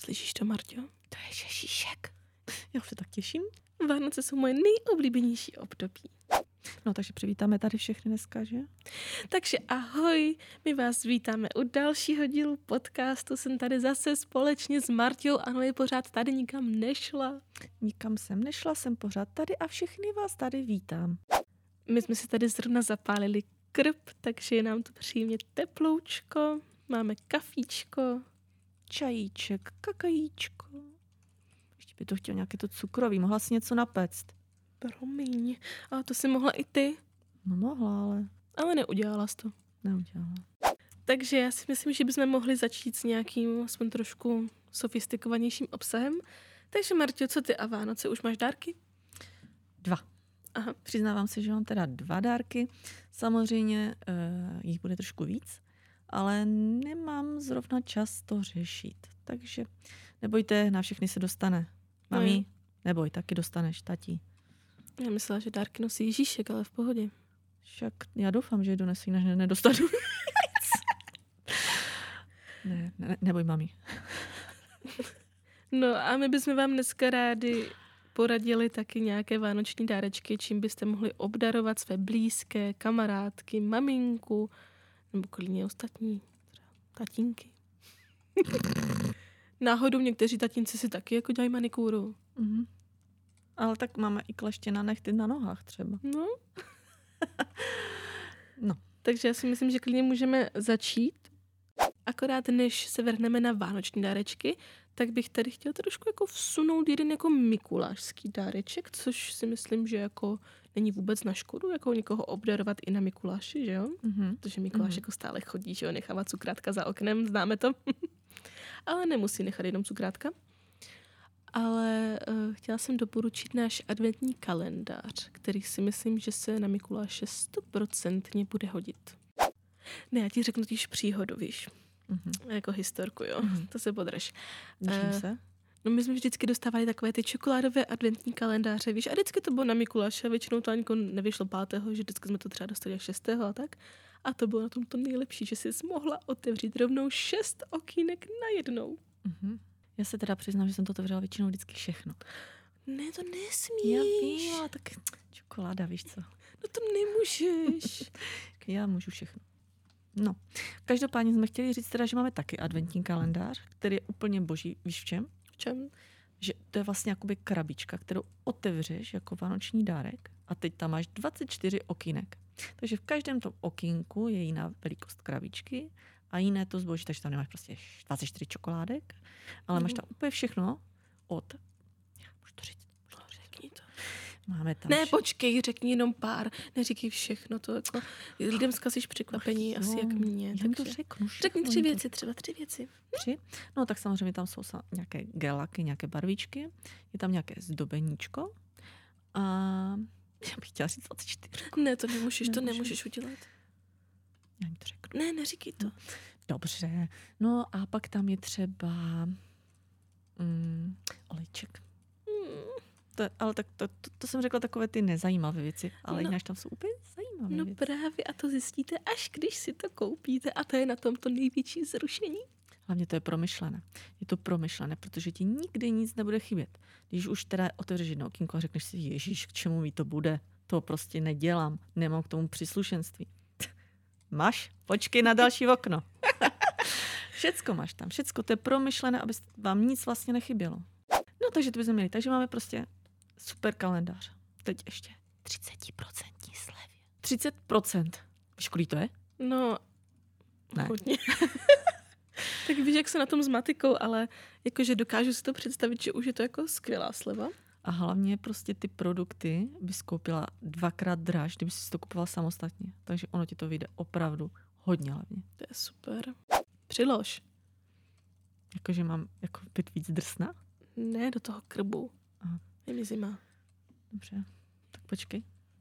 Slyšíš to, Marťo? To je Ježíšek. Já se tak těším. Vánoce jsou moje nejoblíbenější období. No, takže přivítáme tady všechny dneska, že? Takže ahoj, my vás vítáme u dalšího dílu podcastu. Jsem tady zase společně s Marťou. Ano, je pořád tady, nikam nešla. Nikam jsem nešla, jsem pořád tady a všechny vás tady vítám. My jsme si tady zrovna zapálili krb, takže je nám to příjemně teploučko. Máme kafíčko. Čajíček, kakajíčko. Ještě by to chtěl nějaké to cukrový, mohla si něco napéct. Promiň, ale to si mohla i ty. No mohla, Ale neudělala jsi to. neudělala. Takže já si myslím, že bychom mohli začít s nějakým aspoň trošku sofistikovanějším obsahem. Takže Marťo, co ty a Vánoce? Už máš dárky? 2. Aha. Přiznávám se, že mám teda 2 dárky. Samozřejmě jich bude trošku víc, ale nemám zrovna čas to řešit. Takže nebojte, na všechny se dostane. Mami, neboj, taky dostaneš, tati. Já myslela, že dárky nosí Ježíšek, ale v pohodě. Však já doufám, že je donesí, než nedostanu. Neboj, mami. No a my bychom vám dneska rádi poradili taky nějaké vánoční dárečky, čím byste mohli obdarovat své blízké, kamarádky, maminku, nebo klidně ostatní, třeba tatínky. Náhodou někteří tatínci si taky jako dělají manikúru. Mhm. Ale tak máme i kleště na nechty na nohách třeba. No. No. Takže já si myslím, že klidně můžeme začít. Akorát než se vrhneme na vánoční dárečky, tak bych tady chtěla trošku jako vsunout jeden jako mikulášský dáreček, což si myslím, že jako není vůbec na škodu, jako někoho obdarovat i na Mikuláši, že jo? Mhm. Protože Mikuláš jako stále chodí, že jo, nechává cukrátka za oknem, známe to. Ale nemusí nechat jenom cukrátka. Ale chtěla jsem doporučit náš adventní kalendář, který si myslím, že se na Mikuláše 100% bude hodit. Ne, já ti řeknu týž příhodu, víš. Mhm. Jako historku, jo. To se podrž. Držím se. No my jsme vždycky dostávali takové ty čokoládové adventní kalendáře, víš. A vždycky to bylo na Mikuláše, většinou to ani nevyšlo 5., že vždycky jsme to třeba dostali až 6. a tak. A to bylo na tom to nejlepší, že jsi mohla otevřít rovnou 6 okýnek najednou. Mhm. Já se teda přiznám, že jsem to otevřela většinou vždycky všechno. Ne, to nesmíš. Já vím, ale tak čokoláda, víš co? No to nemůžeš. Já můžu všechno. No, každopádně jsme chtěli říct teda, že máme taky adventní kalendář, který je úplně boží. Víš v čem? V čem? Že to je vlastně jakoby krabička, kterou otevřeš jako vánoční dárek a teď tam máš 24 okýnek. Takže v každém tom okýnku je jiná velikost krabičky a jiné to zboží, takže tam nemáš prostě 24 čokoládek, ale máš tam úplně všechno od... Můžu to říct? Řekni to. Máme tam... Ne, počkej, řekni jenom pár. Neříkej všechno, to jako... Lidem zkazíš překvapení asi jak mě. Já to Takže... řeknu. Řekni 3 věci, třeba 3 věci. 3. No tak samozřejmě tam jsou nějaké gelaky, nějaké barvičky, je tam nějaké zdobeníčko a já bych chtěla říct 24. Ne, to nemůžeš, to nemůžeš udělat. Já jim to řeknu. Ne, neříkej to. Dobře. No a pak tam je třeba olejček. Ale tak to jsem řekla takové ty nezajímavé věci, ale jinak tam jsou úplně zajímavé No věci. právě a to zjistíte, až když si to koupíte a to je na tom to největší zrušení. Hlavně to je promyšlené. Je to promyšlené, protože ti nikdy nic nebude chybět. Když už teda otevřeš jedno okýnko a řekneš si, Ježíš, k čemu mi to bude? To prostě nedělám, nemám k tomu příslušenství. Máš? Počkej na další okno. Všecko máš tam, všecko. To je promyšlené, aby vám nic vlastně nechybělo. No takže to bychom měli. Takže máme prostě super kalendář. Teď ještě 30% slevě. 30%. Víš, kolik to je? No, Ne. hodně. Tak víš, jak se na tom s matikou, ale jakože dokážu si to představit, že už je to jako skvělá sleva. A hlavně prostě ty produkty bys koupila 2x dráž, kdyby si to kupovala samostatně. Takže ono ti to vyjde opravdu hodně hlavně. To je super. Přilož. Jakože mám jako být víc drsná? Ne, do toho krbu. Aha. Je mi zima. Dobře, tak počkej.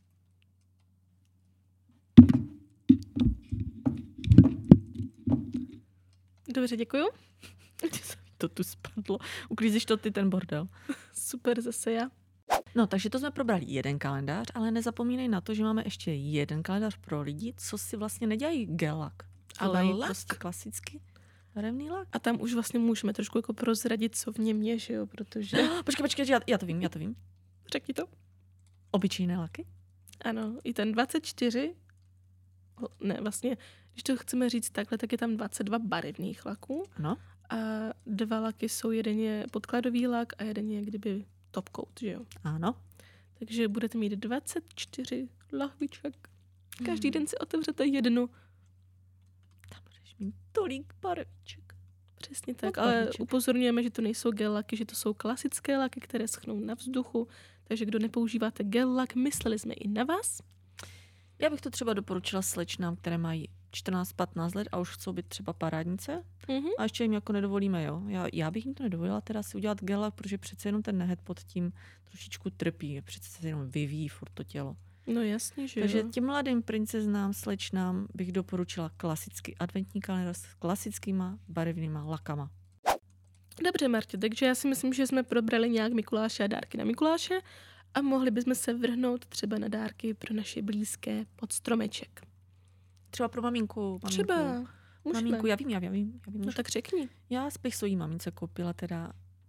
Dobře, děkuju. To tu spadlo. Uklízíš to ty ten bordel. Super, zase já. No, takže to jsme probrali jeden kalendář, ale nezapomínej na to, že máme ještě jeden kalendář pro lidi, co si vlastně nedělají gelak. Ale mají lak. prostě klasicky. Barevný lak. A tam už vlastně můžeme trošku jako prozradit, co v něm je, že jo, protože... Počkej, já to vím. Řekni to. Obyčejné laky? Ano, i ten 24, ne, vlastně, když to chceme říct takhle, tak je tam 22 barevných laků. Ano. A 2 laky jsou, jeden je podkladový lak a jeden je kdyby top coat, že jo. Ano. Takže budete mít 24 lahviček. Každý den si otevřete jednu. Tam budeš mít tolik barviček. Přesně tak, ale upozorňujeme, že to nejsou gel laky, že to jsou klasické laky, které schnou na vzduchu. Takže kdo nepoužíváte gel lak, mysleli jsme i na vás. Já bych to třeba doporučila slečnám, které mají 14-15 let a už chcou být třeba parádnice. Mm-hmm. A ještě jim jako nedovolíme, jo. Já bych jim to nedovolila teda si udělat gel lak, protože přece jenom ten nehet pod tím trošičku trpí. Přece se jenom vyvíjí furt to tělo. No jasně, že Takže jo. těm mladým princeznám, slečnám bych doporučila klasický adventní kalendář s klasickýma barevnýma lakama. Dobře, Martě, takže já si myslím, že jsme probrali nějak Mikuláše a dárky na Mikuláše a mohli bychom se vrhnout třeba na dárky pro naše blízké pod stromeček. Třeba pro maminku. Třeba, můžeme. Maminku, já vím. No tak řekni. Já bych svojí mamince koupila teda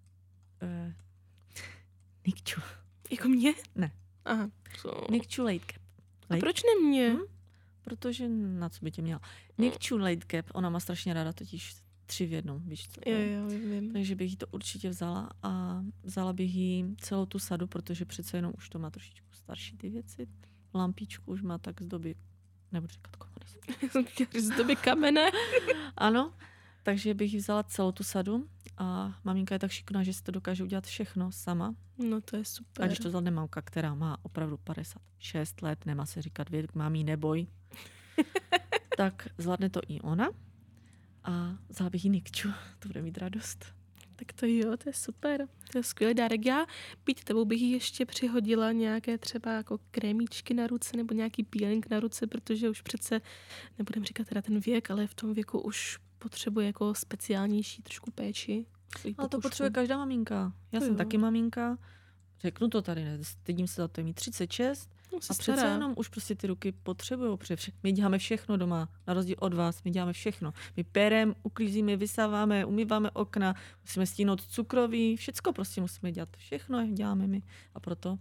Nikču. Jako mě? Ne. Aha. Nikču Late Cap. A proč ne mě? Protože na co by tě měla? Nikču Late Cap, ona má strašně ráda totiž 3 v jednom, víš co? Jo, vím. Takže bych jí to určitě vzala a vzala bych jí celou tu sadu, protože přece jenom už to má trošičku starší ty věci. Lampičku už má tak z doby, nebudu říkat komunismu. Z doby kamene. Ano, takže bych jí vzala celou tu sadu a maminka je tak šikovná, že si to dokáže udělat všechno sama. No to je super. A když to zvládne mamka, která má opravdu 56 let, nemá se říkat věk, mámí neboj, tak zvládne to i ona a vzala bych jí Nikču. To bude mít radost. Tak to jo, to je super. To je skvělý dárek. Já být tebou bych jí ještě přihodila nějaké třeba jako krémíčky na ruce nebo nějaký peeling na ruce, protože už přece, nebudem říkat teda ten věk, ale v tom věku už potřebuje jako speciálnější trošku péči. Ale to potřebuje každá maminka. Já jsem taky maminka. Řeknu to tady, stydím se za to, je mi 36 a přece jenom už prostě ty ruky potřebují. My děláme všechno doma, na rozdíl od vás, my děláme všechno. My perem, uklízíme, vysáváme, umýváme okna, musíme stínout cukroví, všecko prostě musíme dělat. Všechno děláme my a proto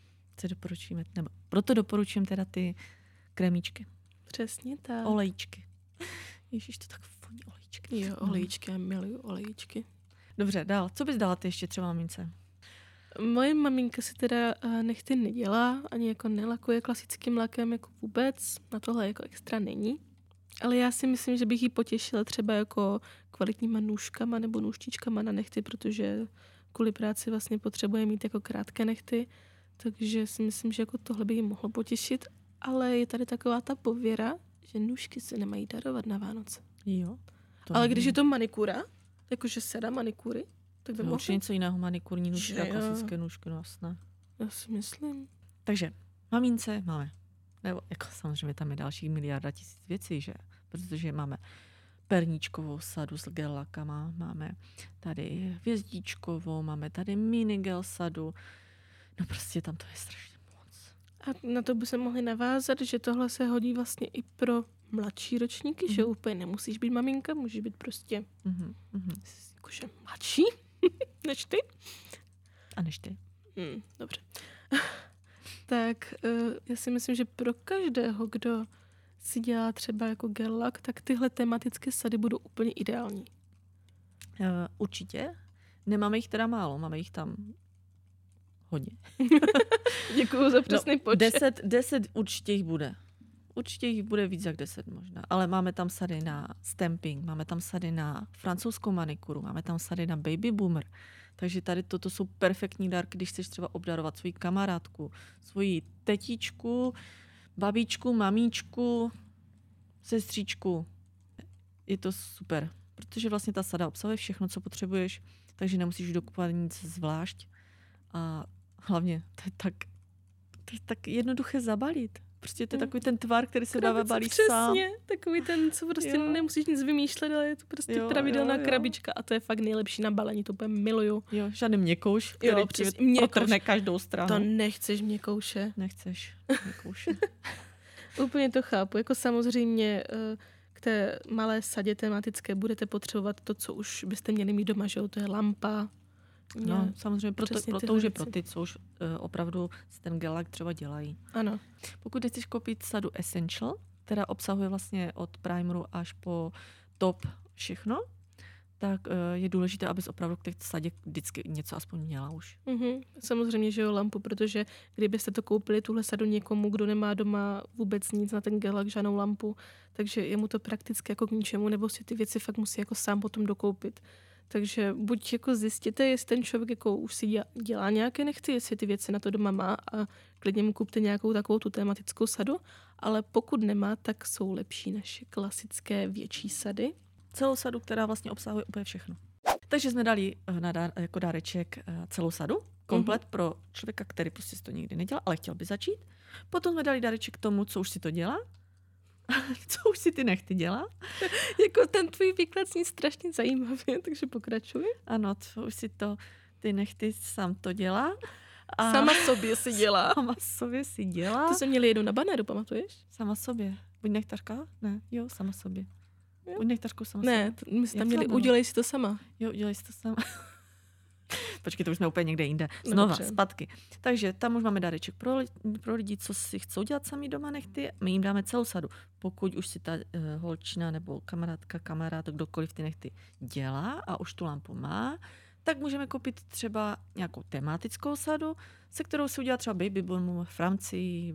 doporučujeme teda ty krémíčky. Přesně tak. Olejčky. Ježíš, to tak voní olejčky. Jo, olejčky, já miluju olejčky. Dobře, dál. Co bys dala ty ještě třeba mamince? Moje maminka si teda nechty nedělá, ani jako nelakuje klasickým lakem jako vůbec. Na tohle jako extra není. Ale já si myslím, že bych jí potěšila třeba jako kvalitníma nůžkama nebo nůžtičkama na nechty, protože kvůli práci vlastně potřebuje mít jako krátké nechty. Takže si myslím, že jako tohle by jí mohlo potěšit. Ale je tady taková ta pověra, že nůžky se nemají darovat na Vánoce. Jo. Ale když je to manikura, jakože sada manikury, tak by mohlo. Určitě něco jiného, manikurní nůžky a klasické nůžky, no jasné. Já si myslím. Takže mamince máme. Nebo jako samozřejmě tam je další miliarda tisíc věcí, že? Protože máme perníčkovou sadu s gel lakama, máme tady hvězdíčkovou, máme tady minigel sadu. No prostě tam to je strašně moc. A na to by se mohli navázat, že tohle se hodí vlastně i pro mladší ročníky, že úplně nemusíš být maminka, můžeš být prostě jakože mladší než ty. A než ty. Dobře. Tak já si myslím, že pro každého, kdo si dělá třeba jako gel lak, tak tyhle tematické sady budou úplně ideální. Určitě. Nemáme jich teda málo, máme jich tam hodně. Děkuju za přesný počet. 10 určitě jich bude. Určitě jich bude víc jak 10 možná. Ale máme tam sady na stamping, máme tam sady na francouzskou manikuru, máme tam sady na baby boomer. Takže tady toto jsou perfektní dárky, když chceš třeba obdarovat svoji kamarádku, svoji tetičku, babičku, mamíčku, sestřičku. Je to super, protože vlastně ta sada obsahuje všechno, co potřebuješ, takže nemusíš dokupovat nic zvlášť. A hlavně to je tak jednoduché zabalit. Prostě to je takový ten tvar, který se dává balít sám. Přesně, takový ten, co prostě nemusíš nic vymýšlet, ale je to prostě pravidelná krabička a to je fakt nejlepší na balení, to úplně miluju. Jo, žádný měkouš, který ti protrhne každou stranu. To nechceš měkouše. Nechceš měkouše. Úplně to chápu, jako samozřejmě k té malé sadě tematické budete potřebovat to, co už byste měli mít doma, že jo? To je lampa. No, samozřejmě, proto už je pro věci. ty, co už opravdu si ten gelák třeba dělají. Ano. Pokud chceš koupit sadu Essential, která obsahuje vlastně od primeru až po top všechno, tak je důležité, abys opravdu k té sadě vždycky něco aspoň měla už. Samozřejmě, že jo, lampu, protože kdybyste to koupili, tuhle sadu někomu, kdo nemá doma vůbec nic na ten gelák, žádnou lampu, takže je mu to prakticky jako k ničemu, nebo si ty věci fakt musí jako sám potom dokoupit. Takže buď jako zjistěte, jestli ten člověk jako už si dělá nějaké nechty, jestli ty věci na to doma má a klidně mu kupte nějakou takovou tu tematickou sadu, ale pokud nemá, tak jsou lepší než klasické větší sady. Celou sadu, která vlastně obsahuje úplně všechno. Takže jsme dali jako dáreček celou sadu, komplet pro člověka, který prostě si to nikdy nedělal, ale chtěl by začít. Potom jsme dali dáreček tomu, co už si to dělá, co už si ty nechty dělá. Jako ten tvůj výklad zní strašně zajímavě, takže pokračuj. Ano, co už si to ty nechty sám to dělá. A sama sobě si dělá. Sama sobě si dělá. To jsme měli jednou na banéru, pamatuješ? Sama sobě. Buď nechtařka? Ne, jo, sama sobě. Buď nechtařkou sama ne, sobě. My jsme tam měli, udělej si to sama. Jo, udělej si to sama. Počkej, to už jsme úplně někde jinde. Znova, zpátky. Takže tam už máme dáreček pro lidi, co si chcou dělat sami doma nechty. My jim dáme celou sadu. Pokud už si ta holčina nebo kamarádka, kamarád, kdokoliv ty nechty dělá a už tu lampu má, tak můžeme koupit třeba nějakou tematickou sadu, se kterou si udělat třeba baby boom, Francii,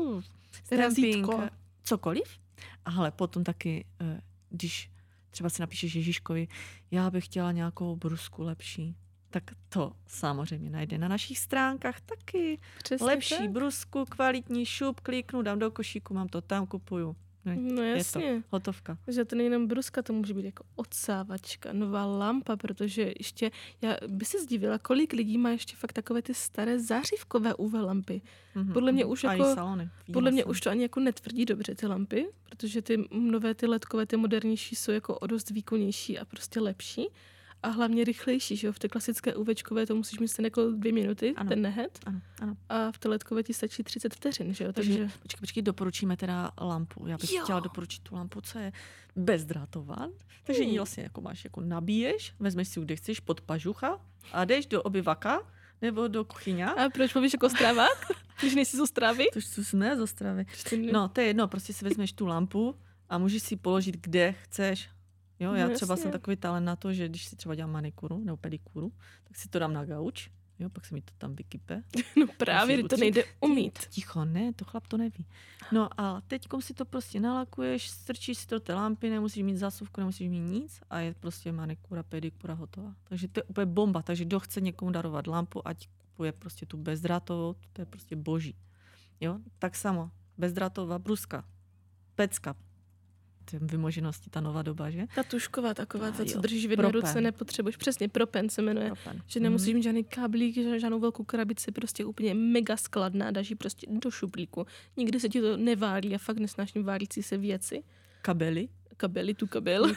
stamping, cokoliv. Ale potom taky, když třeba si napíšeš Ježíškovi, já bych chtěla nějakou brusku lepší, tak to samozřejmě najde na našich stránkách taky. Přesně lepší tak. Brusku, kvalitní šup, kliknu, dám do košíku, mám to tam, kupuju. No jasně. Je to hotovka. Že to nejenom bruska, to může být jako odsávačka, nová lampa, protože ještě, já by se zdivila, kolik lidí má ještě fakt takové ty staré zářivkové UV lampy. Podle mě už jako, salony, podle mě už to ani jako netvrdí dobře ty lampy, protože ty nové, ty ledkové, ty modernější jsou jako o dost výkonnější a prostě lepší. A hlavně rychlejší, že jo? V té klasické UVčkové to musíš myslet jako 2 minuty, ano, ten nehet. Ano. A v té ledkové ti stačí 30 vteřin, že jo? Takže počkej, doporučíme teda lampu. Já bych chtěla doporučit tu lampu, co je bezdrátová. Takže ji vlastně jako máš, jako nabíješ, vezmeš si, kde chceš, pod pažucha a jdeš do obyvaka nebo do kuchyně. A proč mluvíš jako Ostravák? Když nejsi z Ostravy? To jsme z Ostravy. No, to je jedno, prostě si vezmeš tu lampu a můžeš si položit, kde chceš. Jo, já třeba jsem takový talent na to, že když si třeba dělám manikuru nebo pedikuru, tak si to dám na gauč, jo, pak se mi to tam vykype. No právě, to nejde umít. Ticho, ne, to chlap to neví. No a teďkom si to prostě nalakuješ, strčíš si to do té lampy, nemusíš mít zásuvku, nemusíš mít nic a je prostě manikura, pedikura hotová. Takže to je úplně bomba, takže kdo chce někomu darovat lampu, ať kupuje prostě tu bezdrátovou, to je prostě boží. Jo, tak samo, bezdrátová bruska, pecka, vymoženosti, ta nová doba, že? Ta tušková taková, ta, co držíš v jedné ruce, nepotřebuješ. Přesně, propen se jmenuje. Že nemusíš mít žádný káblík, žádnou velkou krabici, prostě úplně mega skladná, dáš ji prostě do šuplíku. Nikdy se ti to neválí a fakt nesnáším válící se věci. Kabely, tu kabel,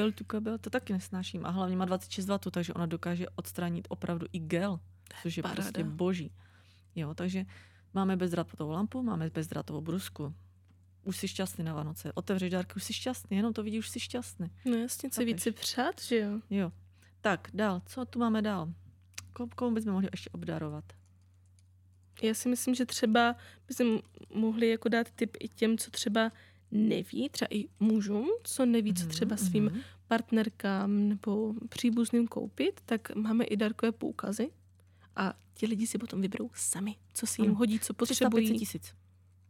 to taky nesnáším. A hlavně má 26 W, takže ona dokáže odstranit opravdu i gel, což je prostě boží. Jo, takže máme bezdrátovou lampu, máme bezdrátovou brusku. Už jsi šťastný na Vánoce. Otevřeš dárky, už jsi šťastný, jenom to vidíš, už jsi šťastný. No jasně, co víc si přát, že jo? Jo. Tak, dál. Co tu máme dál? Komu bychom mohli ještě obdarovat? Já si myslím, že třeba bychom mohli jako dát tip i těm, co třeba neví, třeba i mužům, co neví, co třeba svým partnerkám nebo příbuzným koupit, tak máme i dárkové poukazy a ti lidi si potom vyberou sami, co si jim hodí, co potřebují. 300 000.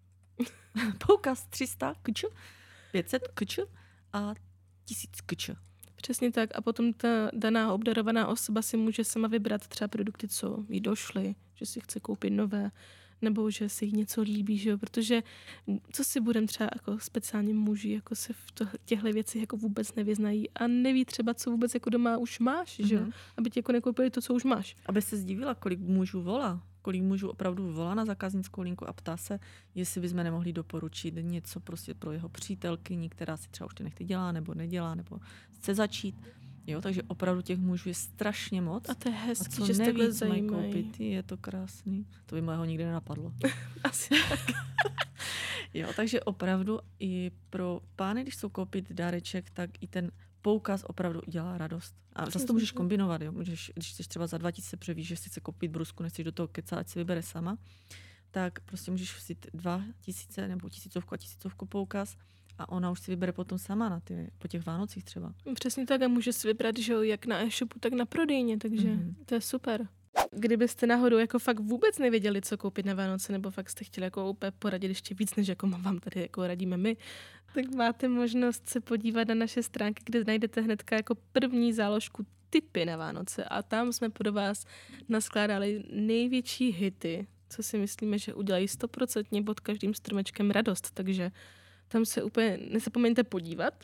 Poukaz 300 kč, 500 kč a 1000 kč. Přesně tak. A potom ta daná obdarovaná osoba si může sama vybrat třeba produkty, co jí došly, že si chce koupit nové, nebo že si jí něco líbí, že jo? Protože co si budem třeba jako speciálně muži, jako se v těchto věcech jako vůbec nevyznají a neví třeba, co vůbec jako doma už máš, že jo? Aby ti jako nekoupili to, co už máš. Aby se zdivila, kolik mužů volá. Kolik mužů opravdu volá na zákaznickou linku a ptá se, jestli bychom nemohli doporučit něco prostě pro jeho přítelkyni, která si třeba už ty nechty dělá nebo nedělá, nebo chce začít. Jo, takže opravdu těch mužů je strašně moc. A to je hezký, a že se takhle zajímají. Koupit, je to krásný. To by mojeho nikdy nenapadlo. Asi tak. Jo, takže opravdu i pro pány, když jsou koupit dáreček, tak i ten poukaz opravdu dělá radost. A zase to můžeš kombinovat, jo. Můžeš, když chceš třeba za 2000 převíš, že si chce koupit brusku, nechceš do toho kecat, ať si vybere sama, tak prostě můžeš vzít 2000 nebo 1000 a 1000 poukaz a ona už si vybere potom sama po těch Vánocích třeba. Přesně tak a může si vybrat, že jo, jak na e-shopu, tak na prodejně, takže to je super. Kdybyste náhodou jako fakt vůbec nevěděli, co koupit na Vánoce, nebo fakt jste chtěli jako úplně poradit ještě víc, než jako vám tady jako radíme my, tak máte možnost se podívat na naše stránky, kde najdete hnedka jako první záložku tipy na Vánoce a tam jsme pro vás naskládali největší hity, co si myslíme, že udělají 100% pod každým stromečkem radost, takže tam se úplně nezapomeňte podívat.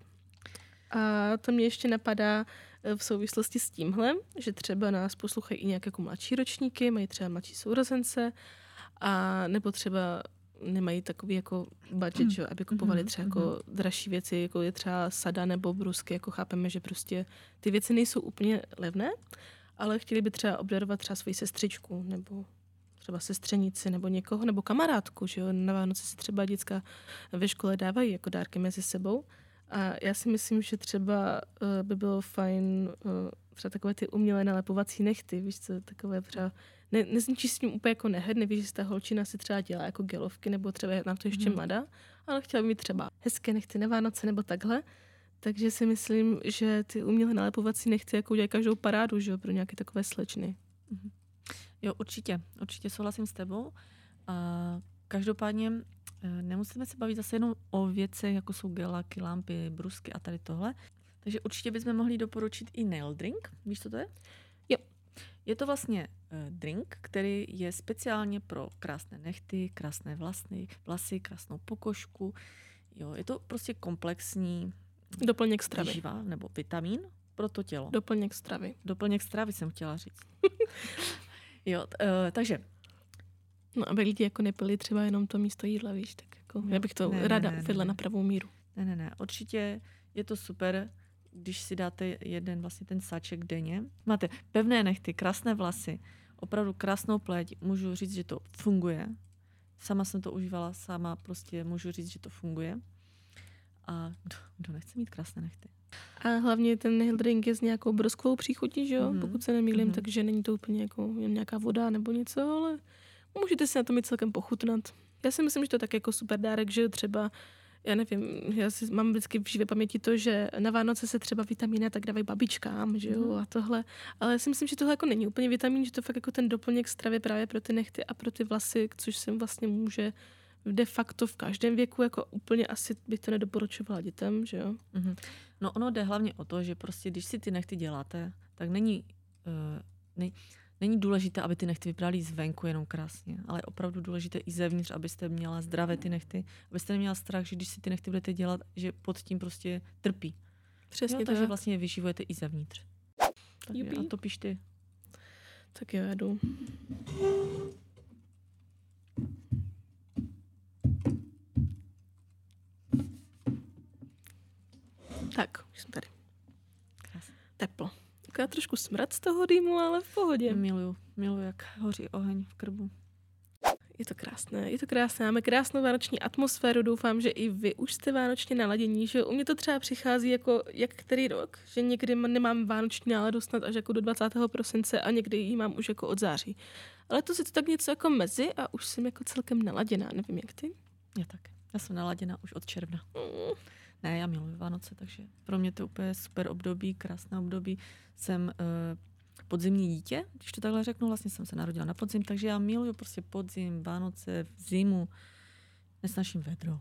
A to mě ještě napadá v souvislosti s tímhle, že třeba nás poslouchají i nějaké jako mladší ročníky, mají třeba mladší sourozence a nebo třeba nemají takový jako budget, že, aby kupovali třeba jako dražší věci, jako je třeba sada nebo brusky, jako chápeme, že prostě ty věci nejsou úplně levné, ale chtěli by třeba obdarovat třeba svoji sestřičku nebo třeba sestřenici nebo někoho, nebo kamarádku, že jo, na Vánoce si třeba děcka ve škole dávají jako dárky mezi sebou. A já si myslím, že třeba by bylo fajn třeba takové ty umělé nalepovací nechty, víš co, takové třeba, nezničí s tím úplně jako nehed, nevíš, že ta holčina si třeba dělá jako gelovky, nebo třeba je na to ještě mladá, ale chtěla by mít třeba hezké nechty na Vánoce nebo takhle. Takže si myslím, že ty umělé nalepovací nechty jako udělají každou parádu, že jo, pro nějaké takové slečny. Jo, určitě souhlasím s tebou. Každopádně nemusíme se bavit zase jenom o věcech, jako jsou geláky, lampy, brusky a tady tohle. Takže určitě bychom mohli doporučit i nail drink. Víš, co to je? Jo. Je to vlastně drink, který je speciálně pro krásné nechty, krásné vlasy, krásnou pokožku. Jo, je to prostě komplexní doplněk stravy. Výživa, nebo vitamin pro to tělo. Doplněk stravy. Doplněk stravy jsem chtěla říct. Jo, takže no, aby lidi jako nepili třeba jenom to místo jídla, víš, tak jako já bych to ráda uvedla na pravou míru. Ne, určitě je to super, když si dáte jeden vlastně ten sáček denně. Máte pevné nechty, krásné vlasy, opravdu krásnou pleť, můžu říct, že to funguje. Sama jsem to užívala, sama prostě můžu říct, že to funguje. A kdo nechce mít krásné nechty? A hlavně ten nail drink je s nějakou broskovou příchutí, že jo? Pokud se nemýlím, takže není to úplně jako nějaká voda nebo něco, ale můžete si na to mít celkem pochutnat. Já si myslím, že to je tak jako super dárek, že třeba, já nevím, já si mám vždycky v živé paměti to, že na Vánoce se třeba vitamíny tak dávají babičkám, že jo, a tohle. Ale já si myslím, že tohle jako není úplně vitamin, že to fakt jako ten doplněk stravy právě pro ty nechty a pro ty vlasy, což se vlastně může de facto v každém věku, jako úplně asi bych to nedoporučovala dětem, že jo. No ono jde hlavně o to, že prostě když si ty nechty děláte, tak není důležité, aby ty nechty vypadaly zvenku jenom krásně, ale je opravdu důležité i zevnitř, abyste měla zdravé ty nechty, abyste neměla strach, že když si ty nechty budete dělat, že pod tím prostě trpí. Přesně jo, takže vlastně vyživujete i zevnitř. Takže a to píš ty. Tak jo, já jdu. Tak, už jsem tady. Krásně. Teplo. Taková trošku smrad z toho dýmu, ale v pohodě. Miluju, jak hoří oheň v krbu. Je to krásné. Máme krásnou vánoční atmosféru. Doufám, že i vy už jste vánočně naladění, že u mě to třeba přichází jako jak který rok, že někdy nemám vánoční náladu snad až jako do 20. prosince a někdy ji mám už jako od září. Ale to si to tak něco jako mezi a už jsem jako celkem naladěná. Nevím, jak ty? Já tak. Já jsem naladěná už od června. Ne, já miluji Vánoce, takže pro mě to je úplně super období, krásné období. Jsem podzimní dítě, když to takhle řeknu, vlastně jsem se narodila na podzim, takže já miluji prostě podzim, Vánoce, zimu. Nesnáším vedro.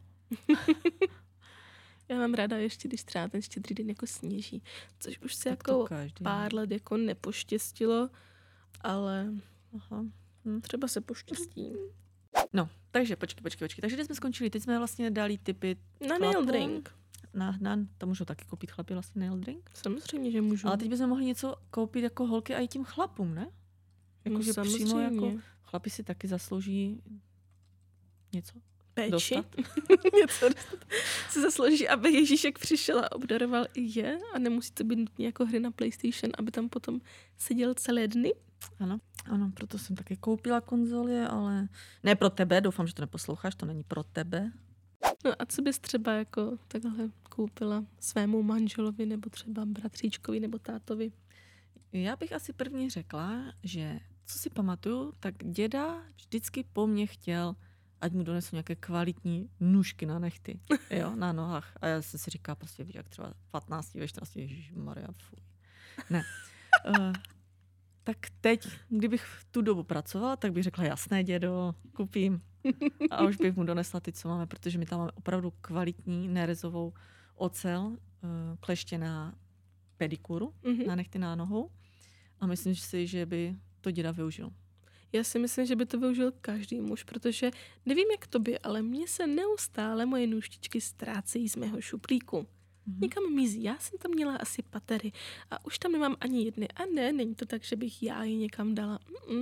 Já mám ráda ještě, když třeba ten Štědrý den jako sněží, což už se jako pár let jako nepoštěstilo, ale třeba se poštěstí. No, takže počkej. Takže teď jsme skončili, teď jsme vlastně dali tipy na nail drink. To můžou taky koupit chlapi vlastně nail drink? Samozřejmě, že můžu. Ale teď bychom mohli něco koupit jako holky a i tím chlapům, ne? Jakože přímo jako chlapi si taky zaslouží něco péči. Dostat. Něco dostat. Se zaslouží, aby Ježíšek přišel a obdaroval i je a nemusí to být nutně jako hry na PlayStation, aby tam potom seděl celé dny. Ano, proto jsem taky koupila konzolie, ale ne pro tebe, doufám, že to neposloucháš, to není pro tebe. No a co bys třeba jako takhle koupila svému manželovi nebo třeba bratříčkovi nebo tátovi? Já bych asi první řekla, že co si pamatuju, tak děda vždycky po mně chtěl, ať mu donesu nějaké kvalitní nůžky na nechty, jo, na nohách. A já jsem si říkala prostě, jak třeba 15, ve 14, ježišmarja, fuj. Ne. Tak teď, kdybych v tu dobu pracovala, tak bych řekla, jasné, dědo, koupím. A už bych mu donesla ty, co máme, protože my tam máme opravdu kvalitní nerezovou ocel, kleště na pedikuru, na nechty na nohou. A myslím si, že by to děda využil. Já si myslím, že by to využil každý muž, protože nevím, jak tobě, ale mně se neustále moje nůžtičky ztrácejí z mého šuplíku. Někam mizí. Já jsem tam měla asi patery a už tam nemám ani jedny. A ne, není to tak, že bych já ji někam dala.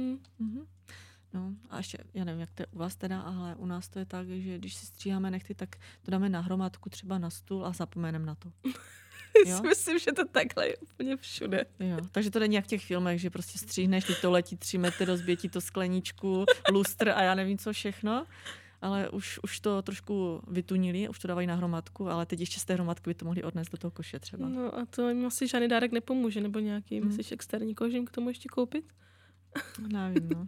No a ještě, já nevím, jak to je u vás teda, ale u nás to je tak, že když si stříháme nechty, tak to dáme na hromádku třeba na stůl a zapomeneme na to. Jo? Myslím, že to takhle je úplně všude. Jo, takže to není jak v těch filmech, že prostě stříhneš, teď to letí 3 metry, rozbije ti to skleničku, lustr a já nevím co všechno. Ale už to trošku vytunili, už to dávají na hromádku, ale teď ještě z té hromádky by to mohli odnést do toho koše třeba. No a to jim asi žádný dárek nepomůže, nebo nějaký, myslíš, externí kožím k tomu ještě koupit? Nevím, no.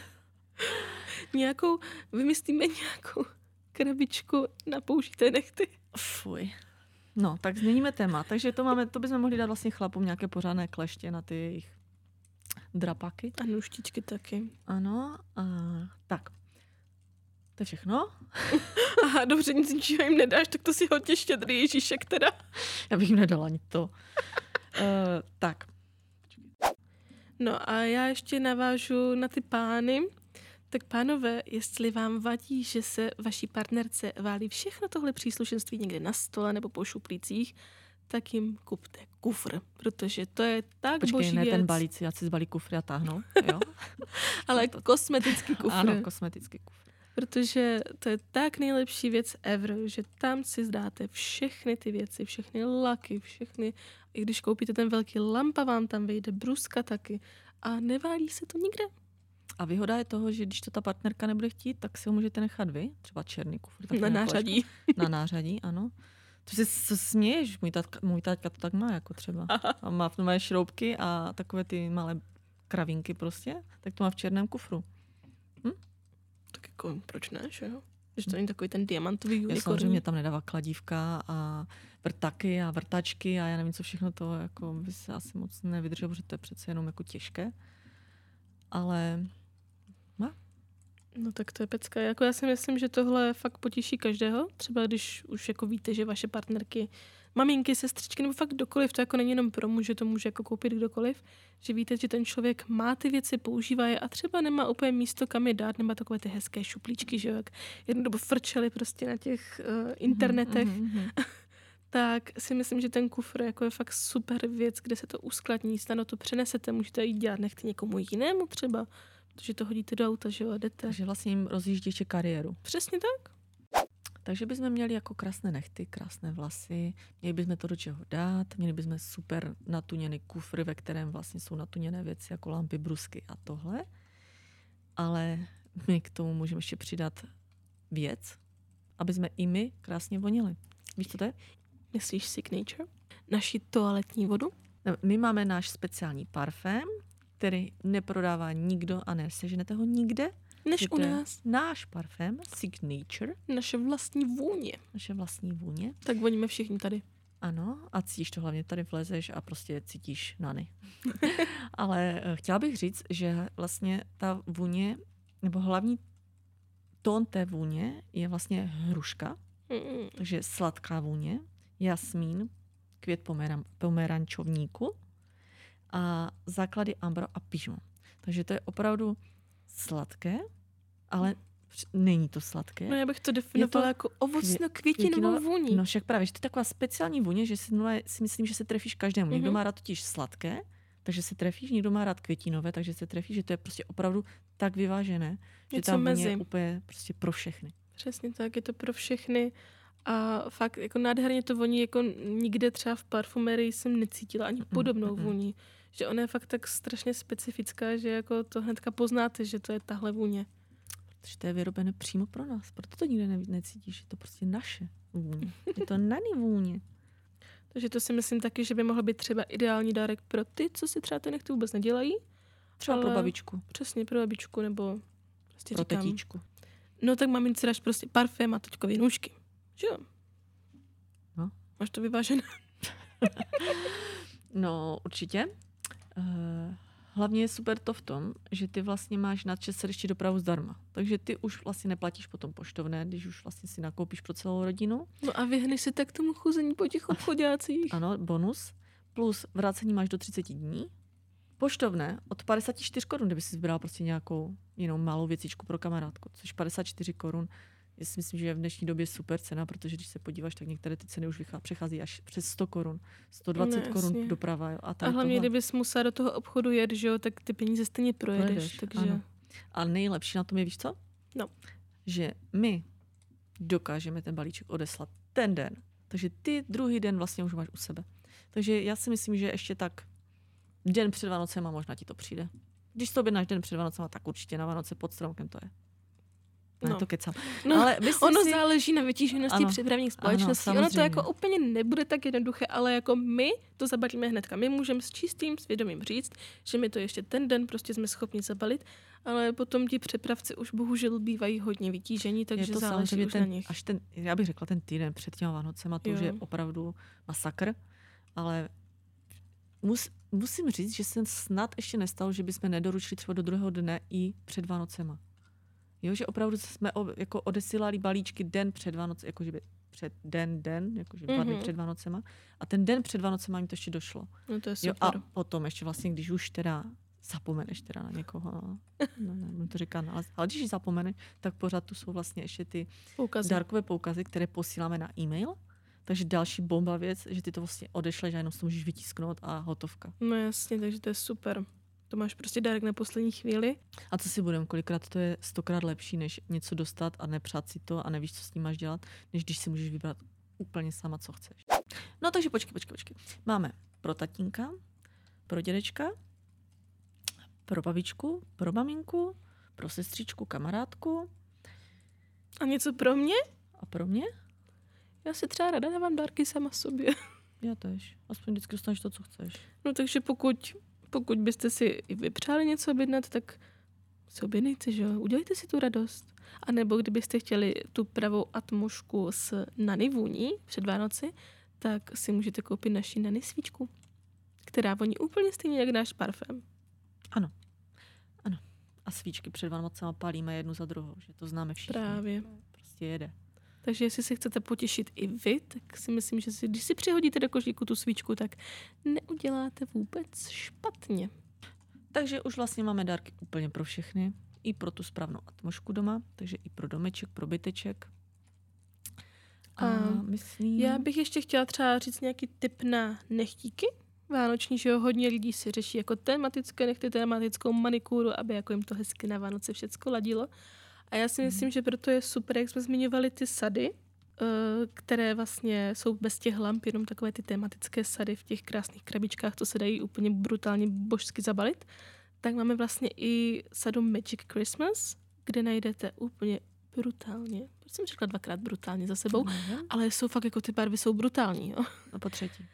Vymyslíme nějakou krabičku na použité nechty. Fuj. No, tak změníme téma. Takže to bychom mohli dát vlastně chlapům nějaké pořádné kleště na ty jejich drapaky. A nůžtičky taky. Ano, tak. To je všechno? Aha, dobře, nic ničího jim nedáš, tak to si hodně štědrý Ježíšek teda. Já bych jim nedala ani to. Tak. No a já ještě navážu na ty pány. Tak pánové, jestli vám vadí, že se vaší partnerce válí všechno tohle příslušenství někde na stole nebo po šuplících, tak jim kupte kufr, protože to je tak boží věc. Počkej, ne ten balíci, já si zbalí kufry a táhnou, jo? Ale kosmetický kufr. Ano, kosmetický kufr. Protože to je tak nejlepší věc ever, že tam si zdáte všechny ty věci, všechny laky, všechny, i když koupíte ten velký lampa, vám tam vejde bruska taky a neválí se to nikde. A výhoda je toho, že když to ta partnerka nebude chtít, tak si ho můžete nechat vy, třeba černý kufr. Na nářadí. Na nářadí, ano. To si směješ, můj táťka to tak má jako třeba. A má v tom moje šroubky a takové ty malé kravinky prostě, tak to má v černém kufru. Tak jako, proč ne, že jo? Že to není takový ten diamantový unikorn. Já samozřejmě tam nedává kladívka a vrtaky a vrtačky a já nevím, co všechno to jako by se asi moc nevydrželo, protože to je přece jenom jako těžké. Ale no tak to je pecka. Jako já si myslím, že tohle fakt potěší každého. Třeba když už jako víte, že vaše partnerky, maminky, sestřičky nebo fakt kdokoliv, to jako není jenom pro muže, to může jako koupit kdokoliv, že víte, že ten člověk má ty věci, používá je a třeba nemá úplně místo, kam je dát, nemá takové ty hezké šuplíčky, že jo, jak jednu dobu frčeli prostě na těch internetech. Tak si myslím, že ten kufr jako je fakt super věc, kde se to uskladní, snadno to přenesete, můžete jít dělat nechty někomu jinému třeba, protože to hodíte do auta, že jo, a jdete. Takže vlastně jim rozjížděče kariéru. Přesně tak. Takže bychom měli jako krásné nechty, krásné vlasy, měli bychom to do čeho dát, měli bychom super natuněný kufr, ve kterém vlastně jsou natuněné věci jako lampy, brusky a tohle. Ale my k tomu můžeme ještě přidat věc, aby jsme i my krásně vonili. Víš, co to je? Myslíš Signature? Naši toaletní vodu? My máme náš speciální parfém, který neprodává nikdo a neseženete ho nikde. Než u nás. Náš parfém, Signature. Naše vlastní vůně. Naše vlastní vůně. Tak voníme všichni tady. Ano, a cítíš to hlavně, tady vlezeš a prostě cítíš nany. Ale chtěla bych říct, že vlastně ta vůně, nebo hlavní tón té vůně je vlastně hruška, takže sladká vůně, jasmín, květ pomerančovníku a základy ambro a pižmo. Takže to je opravdu sladké, ale není to sladké. No já bych to definovala jako ovocno-květinovou vůni. No však právě, že to je taková speciální vůně, že si myslím, že se trefíš každému. Někdo má rád totiž sladké, takže se trefíš, někdo má rád květinové, takže se trefíš, že to je prostě opravdu tak vyvážené, že ta vůně je úplně prostě pro všechny. Přesně tak, je to pro všechny. A fakt jako nádherně to voní, jako nikde třeba v parfumerii jsem necítila ani podobnou vůni. Že ona je fakt tak strašně specifická, že jako to hnedka poznáte, že to je tahle vůně. Protože to je vyrobené přímo pro nás. Proto to nikde necítíš. Je to prostě naše vůně. Je to nani vůně. Takže to si myslím taky, že by mohl být třeba ideální dárek pro ty, co si třeba ty nechty vůbec nedělají. Třeba pro babičku. Přesně, pro babičku, nebo prostě pro říkám. tetíčku. No tak mamince dáš prostě parfém a teďkový nůžky. Že jo? No. Máš to vyvážené? No, určitě. Hlavně je super to v tom, že ty vlastně máš na česerišti dopravu zdarma. Takže ty už vlastně neplatíš potom poštovné, když už vlastně si nakoupíš pro celou rodinu. No a vyhneš se tak tomu chození po těch obchodácích. Ano, bonus. Plus vrácení máš do 30 dní. Poštovné od 54 korun, kdyby si vybral prostě nějakou jinou malou věcičku pro kamarádku. Což 54 korun. Já si myslím, že je v dnešní době super cena, protože když se podíváš, tak některé ty ceny už přechází až přes 100 korun. 120 korun doprava. Jo. A hlavně, kdybys musela do toho obchodu jet, že jo, tak ty peníze stejně projedeš. Takže... Ano. A nejlepší na tom je, víš co? No. Že my dokážeme ten balíček odeslat ten den. Takže ty druhý den vlastně už máš u sebe. Takže já si myslím, že ještě tak den před Vánocema možná ti to přijde. Když to objednáš den před Vánocema, tak určitě na Vánoce pod stromkem to je. Ne, to kecám. No, ale ono záleží na vytíženosti přepravních společností. Ono to jako úplně nebude tak jednoduché, ale jako my to zabalíme hnedka. My můžeme s čistým svědomím říct, že my to ještě ten den prostě jsme schopni zabalit, ale potom ti přepravci už bohužel bývají hodně vytížení, takže to záleží už na nich. Až já bych řekla ten týden před těma Vánocema, to už je opravdu masakr, ale musím říct, že se snad ještě nestalo, že bychom nedoručili třeba do druhého dne i před Vánocema. Jo, že opravdu jsme jako odesílali balíčky den před Vánoce, jakože před jakože 2 dny před Vánocema. A ten den před Vánocema jim to ještě došlo. No to je super. Jo, a potom ještě vlastně, když už teda zapomeneš teda na někoho, no, to říká, ale když zapomeneš, tak pořád tu jsou vlastně ještě ty dárkové poukazy, které posíláme na e-mail. Takže další bomba věc, že ty to vlastně odešleš a jenom si to můžeš vytisknout a hotovka. No jasně, takže to je super. To máš prostě dárek na poslední chvíli. A co si budem, kolikrát to je 100krát lepší, než něco dostat a nepřát si to a nevíš, co s tím máš dělat, než když si můžeš vybrat úplně sama, co chceš. No takže počkej. Máme pro tatínka, pro dědečka, pro babičku, pro maminku, pro sestřičku, kamarádku. A něco pro mě? A pro mě? Já si třeba ráda dávám dárky sama sobě. Já tež. Aspoň vždycky dostaneš to, co chceš. No takže pokud byste si i vy přáli něco objednat, tak si objednejte, že jo? Udělejte si tu radost. A nebo kdybyste chtěli tu pravou atmošku s nany vůní před Vánoci, tak si můžete koupit naši nany svíčku, která voní úplně stejně jak náš parfém. Ano. A svíčky před Vánocema pálíme jednu za druhou, že to známe všichni. Právě. Prostě jede. Takže jestli se chcete potěšit i vy, tak si myslím, že když si přihodíte do košíku tu svíčku, tak neuděláte vůbec špatně. Takže už vlastně máme dárky úplně pro všechny. I pro tu správnou atmosféru doma, takže i pro domeček, pro byteček. A myslím... Já bych ještě chtěla třeba říct nějaký tip na nechtíky vánoční, že jo, hodně lidí si řeší jako tematické nechty, tematickou manikúru, aby jako jim to hezky na Vánoce všecko ladilo. A já si myslím, že proto je super, jak jsme zmiňovali ty sady, které vlastně jsou bez těch lamp, jenom takové ty tematické sady v těch krásných krabičkách, to se dají úplně brutálně božsky zabalit. Tak máme vlastně i sadu Magic Christmas, kde najdete úplně brutálně, proč jsem řekla 2krát brutálně za sebou, ale jsou fakt jako ty barvy jsou brutální. Jo? No po třetí.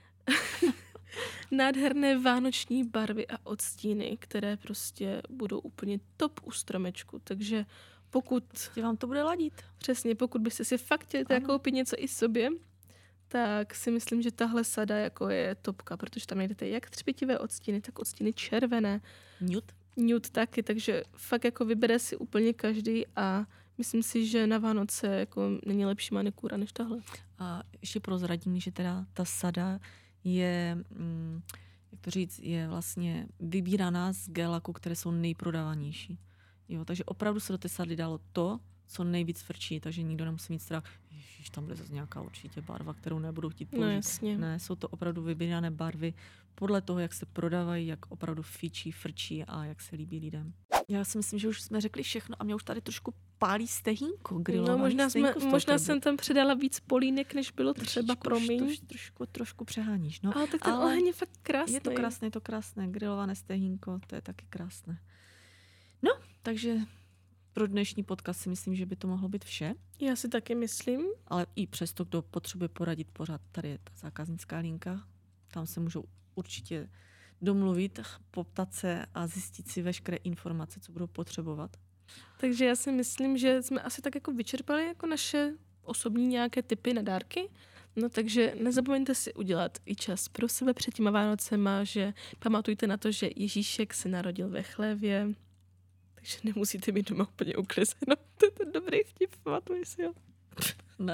Nádherné vánoční barvy a odstíny, které prostě budou úplně top u stromečku, takže pokud... vám to bude ladit. Přesně, pokud byste si fakt chtěli koupit něco i sobě, tak si myslím, že tahle sada jako je topka, protože tam najdete jak třpitivé odstíny, tak odstíny červené. Nude taky, takže fakt jako vybere si úplně každý a myslím si, že na Vánoce jako není lepší manikúra než tahle. A ještě prozradím, že teda ta sada je, jak to říct, je vlastně vybíraná z gelaku, které jsou nejprodávanější. Jo, takže opravdu se do té sady dalo to, co nejvíc frčí, takže nikdo nemusí mít strach. Ježiš, tam bude zase nějaká určitě barva, kterou nebudu chtít použít. No jasně. Ne, jsou to opravdu vybírané barvy podle toho, jak se prodávají, jak opravdu fičí, frčí a jak se líbí lidem. Já si myslím, že už jsme řekli všechno a mě už tady trošku pálí stehínko, grilovaný stehínko. Možná jsem tam přidala víc polínek, než bylo třeba, promiň. Trošku přeháníš. No, ale tak ten oheň je fakt krásný. Je to krásné, grilované stehínko, to je taky krásné. No, takže Pro dnešní podcast si myslím, že by to mohlo být vše. Já si taky myslím. Ale i přesto, kdo potřebuje poradit pořád, tady je ta zákaznická linka. Tam se můžou určitě domluvit, poptat se a zjistit si veškeré informace, co budou potřebovat. Takže já si myslím, že jsme asi tak jako vyčerpali jako naše osobní nějaké tipy na dárky. No takže nezapomeňte si udělat i čas pro sebe před těma Vánocema, že pamatujte na to, že Ježíšek se narodil ve chlévě, takže nemusíte být doma úplně uklizeno. To je ten dobrý vtip, pamatuj si ho. Ne.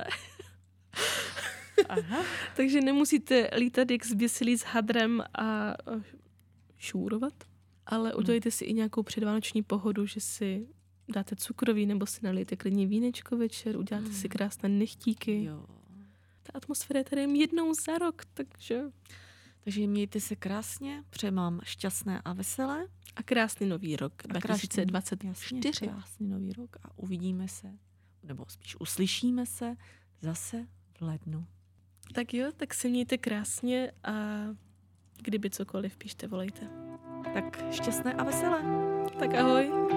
Aha. Takže nemusíte lítat jak zběsilí s hadrem a šůrovat, ale udělejte si i nějakou předvánoční pohodu, že si dáte cukroví nebo si nalijete klidně vínečko večer, uděláte si krásné nechtíky. Jo. Ta atmosféra je tady jen jednou za rok, takže... Takže mějte se krásně, přeji vám šťastné a veselé. A krásný nový rok, 2024. Jasně, krásný nový rok a uvidíme se, nebo spíš uslyšíme se zase v lednu. Tak jo, tak se mějte krásně a kdyby cokoliv, pište, volejte. Tak šťastné a veselé. Tak ahoj.